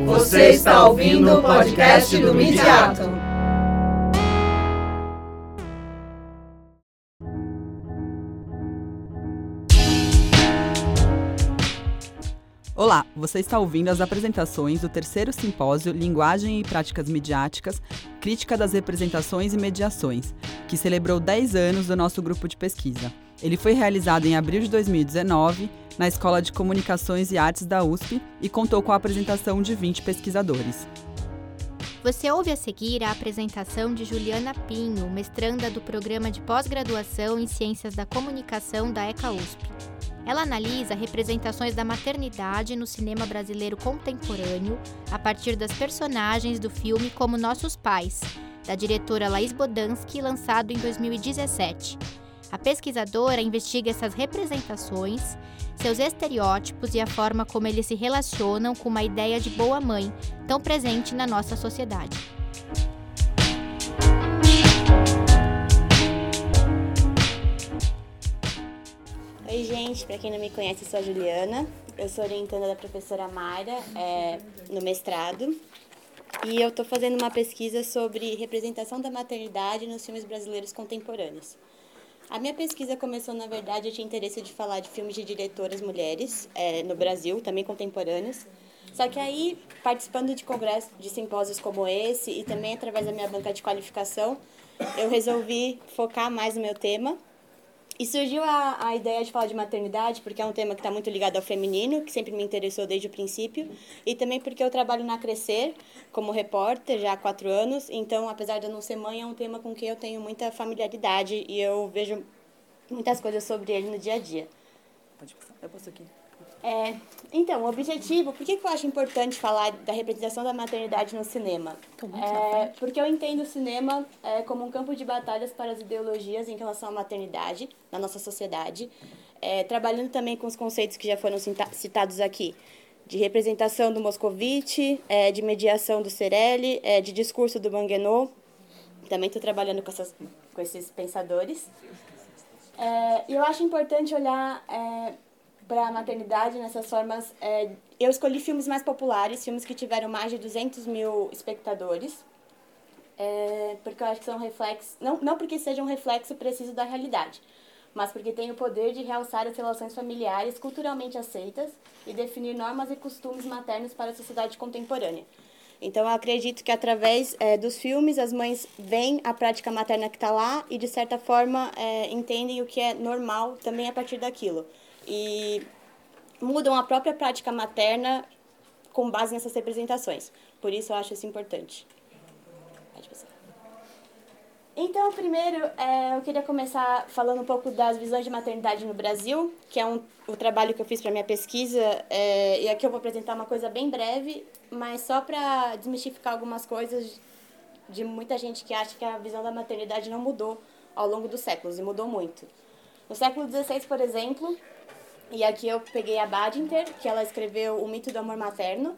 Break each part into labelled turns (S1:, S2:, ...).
S1: Você está ouvindo o podcast do Midiato.
S2: Olá, você está ouvindo as apresentações do terceiro simpósio Linguagem e Práticas Midiáticas, Crítica das Representações e Mediações, que celebrou 10 anos do nosso grupo de pesquisa. Ele foi realizado em abril de 2019, na Escola de Comunicações e Artes da USP e contou com a apresentação de 20 pesquisadores.
S3: Você ouve a seguir a apresentação de Juliana Pinho, mestranda do Programa de Pós-Graduação em Ciências da Comunicação da ECA USP. Ela analisa representações da maternidade no cinema brasileiro contemporâneo a partir das personagens do filme Como Nossos Pais, da diretora Laís Bodansky, lançado em 2017. A pesquisadora investiga essas representações, seus estereótipos e a forma como eles se relacionam com uma ideia de boa mãe, tão presente na nossa sociedade.
S4: Oi, gente, para quem não me conhece, eu sou a Juliana, eu sou orientanda da professora Mayra no mestrado e eu estou fazendo uma pesquisa sobre representação da maternidade nos filmes brasileiros contemporâneos. A minha pesquisa começou, na verdade, eu tinha interesse de falar de filmes de diretoras mulheres no Brasil, também contemporâneos, só que aí, participando de congressos, de simpósios como esse e também através da minha banca de qualificação, eu resolvi focar mais no meu tema. E surgiu a ideia de falar de maternidade, porque é um tema que está muito ligado ao feminino, que sempre me interessou desde o princípio, e também porque eu trabalho na Crescer como repórter já há 4 anos, então, apesar de eu não ser mãe, é um tema com que eu tenho muita familiaridade e eu vejo muitas coisas sobre ele no dia a dia.
S2: Pode passar, eu passo aqui.
S4: Então, o objetivo, por que eu acho importante falar da representação da maternidade no cinema? Porque eu entendo o cinema como um campo de batalhas para as ideologias em relação à maternidade na nossa sociedade, trabalhando também com os conceitos que já foram citados aqui, de representação do Moscovitch, de mediação do Cerelli, de discurso do Manguenot. Também estou trabalhando com esses pensadores. E eu acho importante olhar para a maternidade nessas formas. Eu escolhi filmes mais populares, filmes que tiveram mais de 200 mil espectadores, porque eu acho que são reflexos, não porque sejam um reflexo preciso da realidade, mas porque tem o poder de realçar as relações familiares culturalmente aceitas e definir normas e costumes maternos para a sociedade contemporânea. Então, eu acredito que através dos filmes as mães veem a prática materna que está lá e, de certa forma, entendem o que é normal também a partir daquilo. E mudam a própria prática materna com base nessas representações. Por isso eu acho isso importante. Pode passar. Então, primeiro, eu queria começar falando um pouco das visões de maternidade no Brasil, que é o trabalho que eu fiz para minha pesquisa, e aqui eu vou apresentar uma coisa bem breve, mas só para desmistificar algumas coisas de muita gente que acha que a visão da maternidade não mudou ao longo dos séculos, e mudou muito. No século XVI, por exemplo, e aqui eu peguei a Badinter, que ela escreveu O Mito do Amor Materno.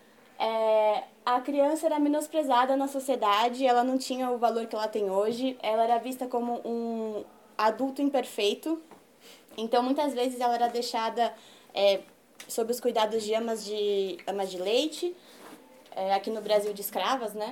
S4: A criança era menosprezada na sociedade, ela não tinha o valor que ela tem hoje, ela era vista como um adulto imperfeito, então muitas vezes ela era deixada sob os cuidados de amas de leite, aqui no Brasil de escravas, né?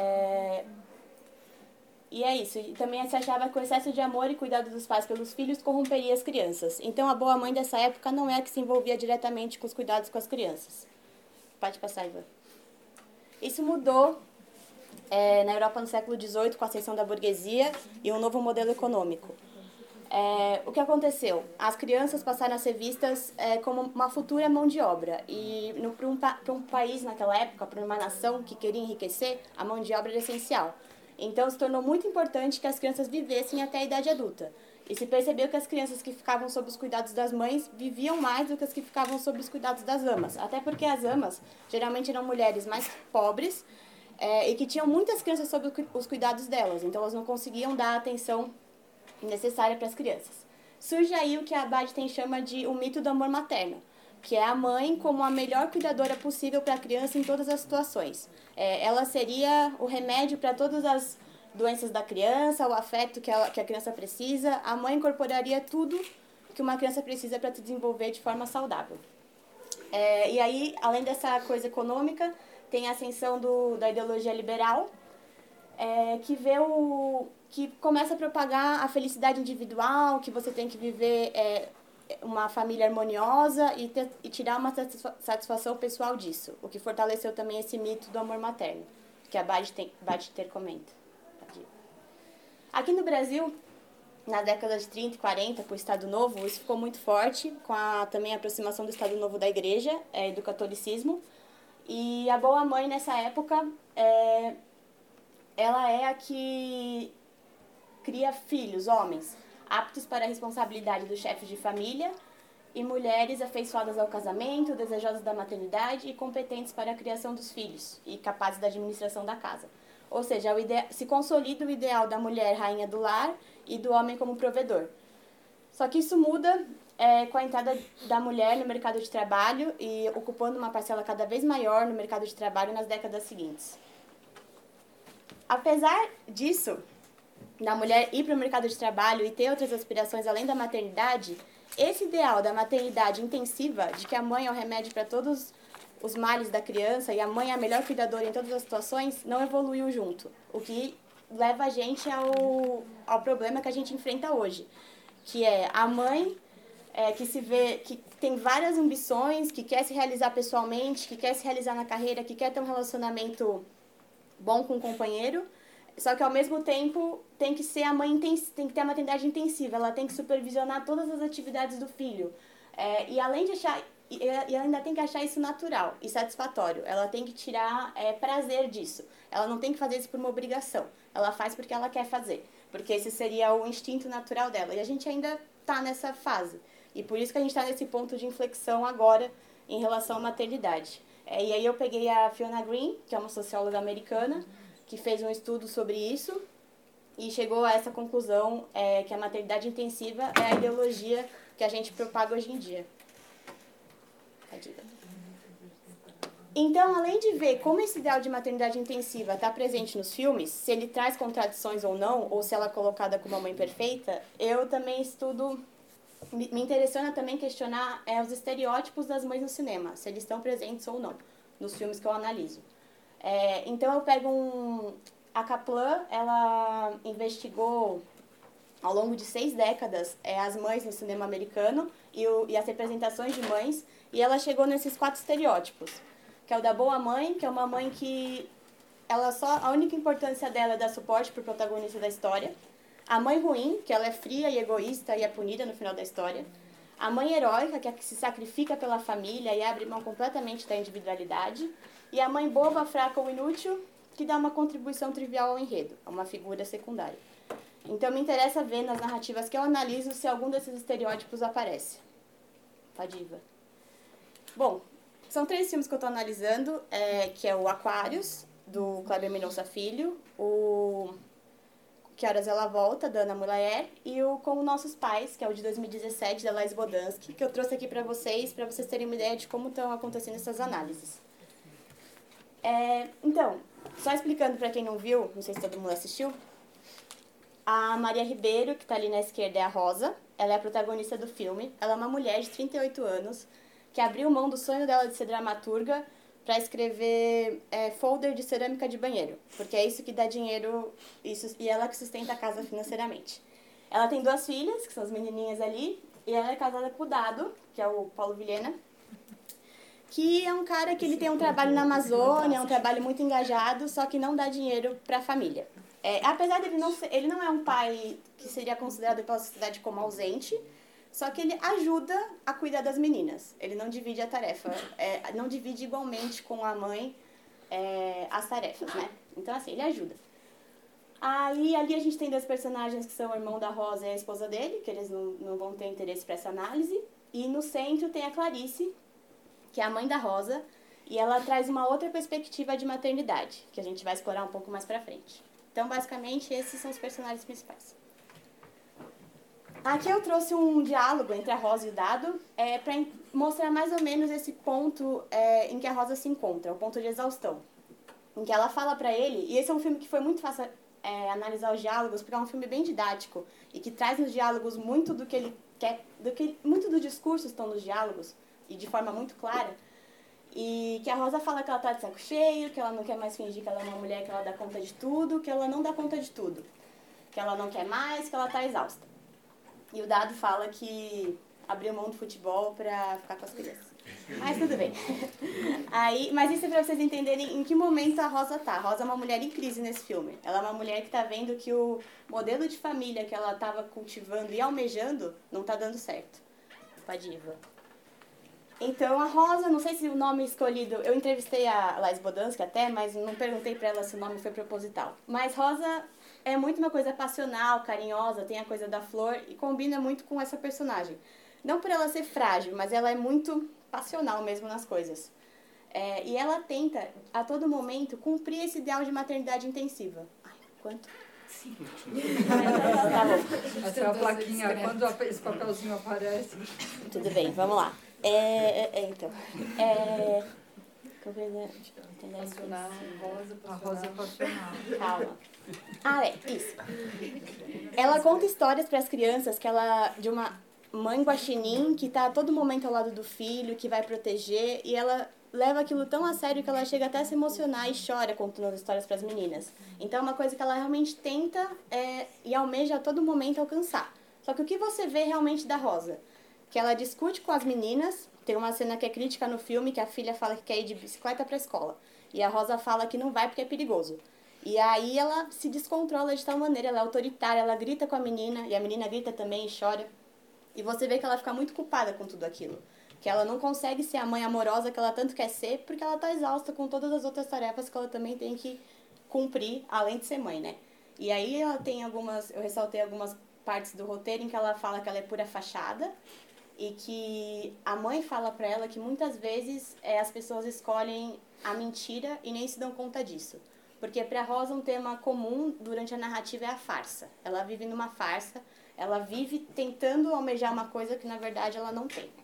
S4: E é isso. E também se achava que o excesso de amor e cuidado dos pais pelos filhos corromperia as crianças. Então, a boa mãe dessa época não é a que se envolvia diretamente com os cuidados com as crianças. Pode passar, Ivan. Isso mudou na Europa no século XVIII, com a ascensão da burguesia e um novo modelo econômico. O que aconteceu? As crianças passaram a ser vistas como uma futura mão de obra. E para um país naquela época, para uma nação que queria enriquecer, a mão de obra era essencial. Então, se tornou muito importante que as crianças vivessem até a idade adulta. E se percebeu que as crianças que ficavam sob os cuidados das mães viviam mais do que as que ficavam sob os cuidados das amas. Até porque as amas, geralmente, eram mulheres mais pobres e que tinham muitas crianças sob os cuidados delas. Então, elas não conseguiam dar a atenção necessária para as crianças. Surge aí o que a Badinter chama de o mito do amor materno, que é a mãe como a melhor cuidadora possível para a criança em todas as situações. Ela seria o remédio para todas as doenças da criança, o afeto que a criança precisa. A mãe incorporaria tudo que uma criança precisa para se desenvolver de forma saudável. E aí, além dessa coisa econômica, tem a ascensão da ideologia liberal, que começa a propagar a felicidade individual, que você tem que viver uma família harmoniosa e tirar uma satisfação pessoal disso, o que fortaleceu também esse mito do amor materno, que a Badter comenta. Aqui no Brasil, na década de 30 e 40, com o Estado Novo, isso ficou muito forte, com também a aproximação do Estado Novo da Igreja e do catolicismo. E a boa mãe, nessa época, ela é a que cria filhos, homens, aptos para a responsabilidade do chefe de família, e mulheres afeiçoadas ao casamento, desejosas da maternidade e competentes para a criação dos filhos e capazes da administração da casa. Ou seja, se consolida o ideal da mulher rainha do lar e do homem como provedor. Só que isso muda com a entrada da mulher no mercado de trabalho e ocupando uma parcela cada vez maior no mercado de trabalho nas décadas seguintes. Apesar disso, da mulher ir para o mercado de trabalho e ter outras aspirações além da maternidade, esse ideal da maternidade intensiva, de que a mãe é o remédio para todos os males da criança e a mãe é a melhor cuidadora em todas as situações, não evoluiu junto, o que leva a gente ao problema que a gente enfrenta hoje, que é a mãe que se vê, que tem várias ambições, que quer se realizar pessoalmente, que quer se realizar na carreira, que quer ter um relacionamento bom com o companheiro, só que ao mesmo tempo tem que ser a mãe, tem que ter a maternidade intensiva, ela tem que supervisionar todas as atividades do filho, e além de achar, e ela ainda tem que achar isso natural e satisfatório, ela tem que tirar prazer disso, ela não tem que fazer isso por uma obrigação, ela faz porque ela quer fazer, porque esse seria o instinto natural dela, e a gente ainda está nessa fase, e por isso que a gente está nesse ponto de inflexão agora em relação à maternidade. E aí eu peguei a Fiona Green, que é uma socióloga americana, que fez um estudo sobre isso e chegou a essa conclusão que a maternidade intensiva é a ideologia que a gente propaga hoje em dia. Então, além de ver como esse ideal de maternidade intensiva está presente nos filmes, se ele traz contradições ou não, ou se ela é colocada como uma mãe perfeita, eu também estudo, me interessiona também questionar os estereótipos das mães no cinema, se eles estão presentes ou não, nos filmes que eu analiso. Então eu pego a Kaplan, ela investigou ao longo de 6 décadas as mães no cinema americano e as representações de mães, e ela chegou nesses 4 estereótipos, que é o da boa mãe, que é uma mãe que a única importância dela é dar suporte para o protagonista da história, a mãe ruim, que ela é fria e egoísta e é punida no final da história, a mãe heróica, que é a que se sacrifica pela família e abre mão completamente da individualidade, e a mãe boba, fraca ou inútil, que dá uma contribuição trivial ao enredo, a uma figura secundária. Então me interessa ver nas narrativas que eu analiso se algum desses estereótipos aparece. Padiva. Bom, são 3 filmes que eu estou analisando, que é o Aquários, do Kleber Mendonça Filho, o Que Horas Ela Volta, da Ana Mulaer, e o Como Nossos Pais, que é o de 2017, da Laís Bodansky, que eu trouxe aqui para vocês terem uma ideia de como estão acontecendo essas análises. Então, só explicando para quem não viu, não sei se todo mundo assistiu, a Maria Ribeiro, que está ali na esquerda, é a Rosa, ela é a protagonista do filme, ela é uma mulher de 38 anos, que abriu mão do sonho dela de ser dramaturga para escrever folder de cerâmica de banheiro, porque é isso que dá dinheiro, e ela que sustenta a casa financeiramente. Ela tem 2 filhas, que são as menininhas ali, e ela é casada com o Dado, que é o Paulo Vilhena, que é um cara que ele tem um trabalho na Amazônia, é um trabalho muito engajado, só que não dá dinheiro para a família. Apesar dele ele não é um pai que seria considerado pela sociedade como ausente, só que ele ajuda a cuidar das meninas. Ele não divide a tarefa, não divide igualmente com a mãe as tarefas, né? Então, assim, ele ajuda. Aí, ali a gente tem 2 personagens que são o irmão da Rosa e a esposa dele, que eles não vão ter interesse para essa análise. E no centro tem a Clarice, que é a mãe da Rosa, e ela traz uma outra perspectiva de maternidade, que a gente vai explorar um pouco mais pra frente. Então, basicamente, esses são os personagens principais. Aqui eu trouxe um diálogo entre a Rosa e o Dado, para mostrar mais ou menos esse ponto em que a Rosa se encontra, o ponto de exaustão, em que ela fala pra ele, e esse é um filme que foi muito fácil analisar os diálogos, porque é um filme bem didático, e que traz nos diálogos muito do que ele quer, muito do discurso estão nos diálogos, e de forma muito clara. E que a Rosa fala que ela tá de saco cheio, que ela não quer mais fingir que ela é uma mulher, que ela dá conta de tudo, que ela não dá conta de tudo. Que ela não quer mais, que ela tá exausta. E o Dado fala que abriu mão do futebol pra ficar com as crianças. Mas tudo bem. Mas isso é pra vocês entenderem em que momento a Rosa tá. A Rosa é uma mulher em crise nesse filme. Ela é uma mulher que tá vendo que o modelo de família que ela tava cultivando e almejando não tá dando certo. Pra diva. Então a Rosa, não sei se o nome escolhido... Eu entrevistei a Laís Bodansky até, mas não perguntei pra ela se o nome foi proposital. Mas Rosa é muito uma coisa passional, carinhosa, tem a coisa da flor e combina muito com essa personagem. Não por ela ser frágil, mas ela é muito passional mesmo nas coisas. E ela tenta, a todo momento, cumprir esse ideal de maternidade intensiva. Ai, quanto? Sim. Tá bom.
S1: Essa é a plaquinha, quando esse papelzinho aparece.
S4: Tudo bem, vamos lá. Então.
S1: Passional, a rosa passional.
S4: Calma. Isso. Ela conta histórias para as crianças de uma mãe guaxinim que tá a todo momento ao lado do filho, que vai proteger, e ela leva aquilo tão a sério que ela chega até a se emocionar e chora contando as histórias para as meninas. Então é uma coisa que ela realmente tenta e almeja a todo momento alcançar. Só que o que você vê realmente da Rosa? Que ela discute com as meninas, tem uma cena que é crítica no filme, que a filha fala que quer ir de bicicleta para a escola. E a Rosa fala que não vai porque é perigoso. E aí ela se descontrola de tal maneira, ela é autoritária, ela grita com a menina, e a menina grita também e chora. E você vê que ela fica muito culpada com tudo aquilo. Que ela não consegue ser a mãe amorosa que ela tanto quer ser, porque ela tá exausta com todas as outras tarefas que ela também tem que cumprir, além de ser mãe, né? E aí ela tem eu ressaltei algumas partes do roteiro em que ela fala que ela é pura fachada, e que a mãe fala pra ela que muitas vezes as pessoas escolhem a mentira e nem se dão conta disso. Porque pra Rosa um tema comum durante a narrativa é a farsa. Ela vive numa farsa, ela vive tentando almejar uma coisa que na verdade ela não tem.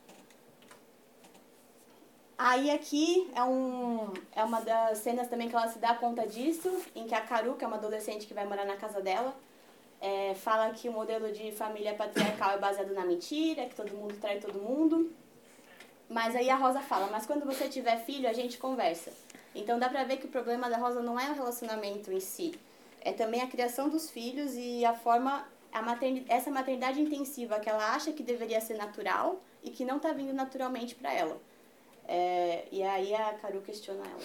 S4: Aí aqui é uma das cenas também que ela se dá conta disso, em que a Caru, que é uma adolescente que vai morar na casa dela, fala que o modelo de família patriarcal é baseado na mentira, que todo mundo trai todo mundo. Mas aí a Rosa fala, mas quando você tiver filho, a gente conversa. Então dá pra ver que o problema da Rosa não é o relacionamento em si. É também a criação dos filhos e essa maternidade intensiva que ela acha que deveria ser natural e que não tá vindo naturalmente pra ela. E aí a Caru questiona ela.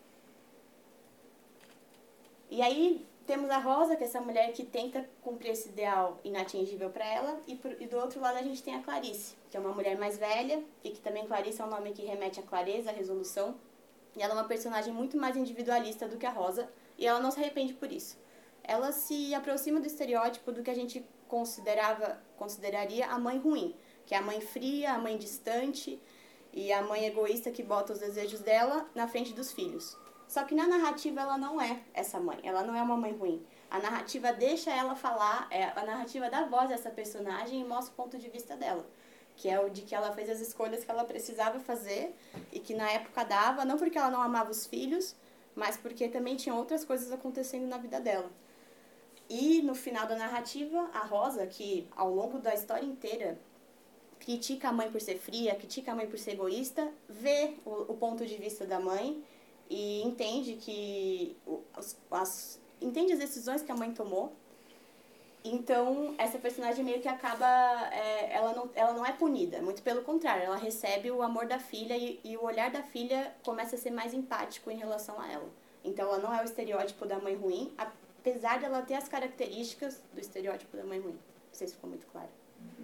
S4: E aí temos a Rosa, que é essa mulher que tenta cumprir esse ideal inatingível para ela, e do outro lado a gente tem a Clarice, que é uma mulher mais velha, e que também Clarice é um nome que remete à clareza, à resolução, e ela é uma personagem muito mais individualista do que a Rosa, e ela não se arrepende por isso. Ela se aproxima do estereótipo do que a gente consideraria a mãe ruim, que é a mãe fria, a mãe distante, e a mãe egoísta que bota os desejos dela na frente dos filhos. Só que na narrativa ela não é essa mãe, ela não é uma mãe ruim. A narrativa deixa ela falar, a narrativa dá voz a essa personagem e mostra o ponto de vista dela. Que é o de que ela fez as escolhas que ela precisava fazer e que na época dava, não porque ela não amava os filhos, mas porque também tinha outras coisas acontecendo na vida dela. E no final da narrativa, a Rosa, que ao longo da história inteira critica a mãe por ser fria, critica a mãe por ser egoísta, vê o ponto de vista da mãe e entende entende as decisões que a mãe tomou. Então, essa personagem meio que acaba... ela não é punida, muito pelo contrário. Ela recebe o amor da filha e o olhar da filha começa a ser mais empático em relação a ela. Então, ela não é o estereótipo da mãe ruim, apesar de ela ter as características do estereótipo da mãe ruim. Não sei se ficou muito claro.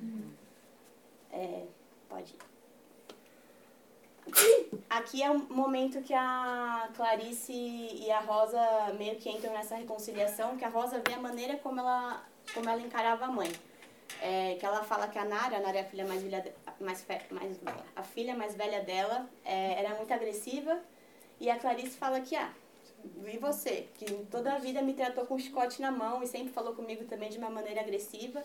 S4: Pode ir. Aqui é um momento que a Clarice e a Rosa meio que entram nessa reconciliação, que a Rosa vê a maneira como ela encarava a mãe. Que ela fala que a Nara é a filha a filha mais velha dela, era muito agressiva, e a Clarice fala que, e você, que toda a vida me tratou com um chicote na mão e sempre falou comigo também de uma maneira agressiva.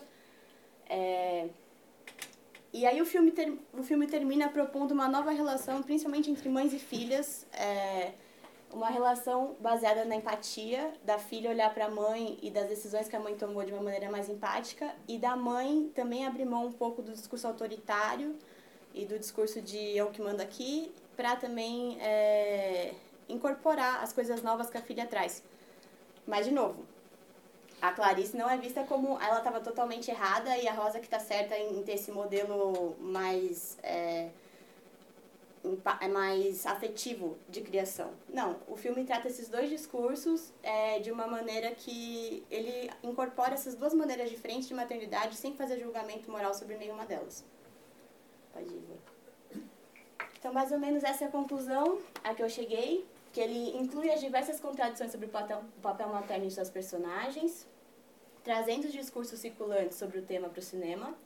S4: E aí o filme termina propondo uma nova relação, principalmente entre mães e filhas, uma relação baseada na empatia, da filha olhar para a mãe e das decisões que a mãe tomou de uma maneira mais empática, e da mãe também abrir mão um pouco do discurso autoritário e do discurso de eu que mando aqui, para também incorporar as coisas novas que a filha traz. Mas, de novo, a Clarice não é vista como ela estava totalmente errada e a Rosa que está certa em ter esse modelo mais afetivo de criação. Não, o filme trata esses dois discursos de uma maneira que ele incorpora essas duas maneiras diferentes de maternidade sem fazer julgamento moral sobre nenhuma delas. Pode ir, Ivo. Então, mais ou menos essa é a conclusão a que eu cheguei, que ele inclui as diversas contradições sobre o papel materno em suas personagens, trazendo os discursos circulantes sobre o tema para o cinema,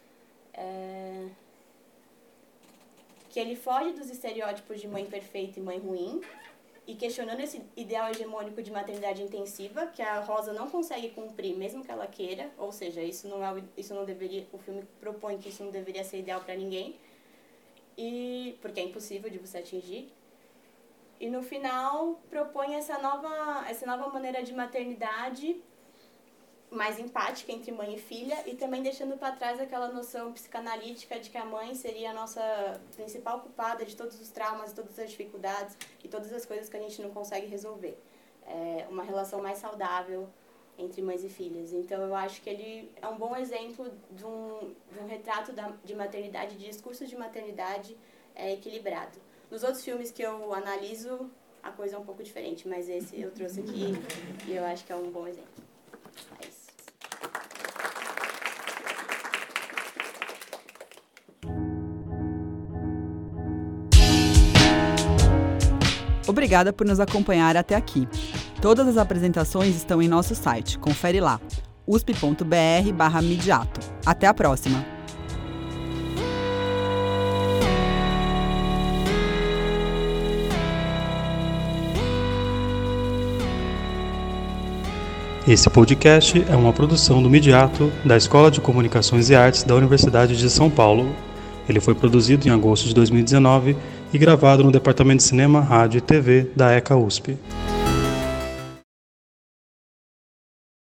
S4: que ele foge dos estereótipos de mãe perfeita e mãe ruim, e questionando esse ideal hegemônico de maternidade intensiva, que a Rosa não consegue cumprir, mesmo que ela queira, ou seja, o filme propõe que isso não deveria ser ideal para ninguém, porque é impossível de você atingir. E no final propõe essa nova maneira de maternidade mais empática entre mãe e filha, e também deixando para trás aquela noção psicanalítica de que a mãe seria a nossa principal culpada de todos os traumas, todas as dificuldades e todas as coisas que a gente não consegue resolver. Uma relação mais saudável entre mães e filhas. Então eu acho que ele é um bom exemplo de um retrato de maternidade, de discurso de maternidade equilibrado. Nos outros filmes que eu analiso, a coisa é um pouco diferente, mas esse eu trouxe aqui e eu acho que é um bom exemplo. É isso.
S2: Obrigada por nos acompanhar até aqui. Todas as apresentações estão em nosso site. Confere lá, usp.br/midiato. Até a próxima!
S5: Esse podcast é uma produção do Midiato, da Escola de Comunicações e Artes da Universidade de São Paulo. Ele foi produzido em agosto de 2019 e gravado no Departamento de Cinema, Rádio e TV da ECA USP.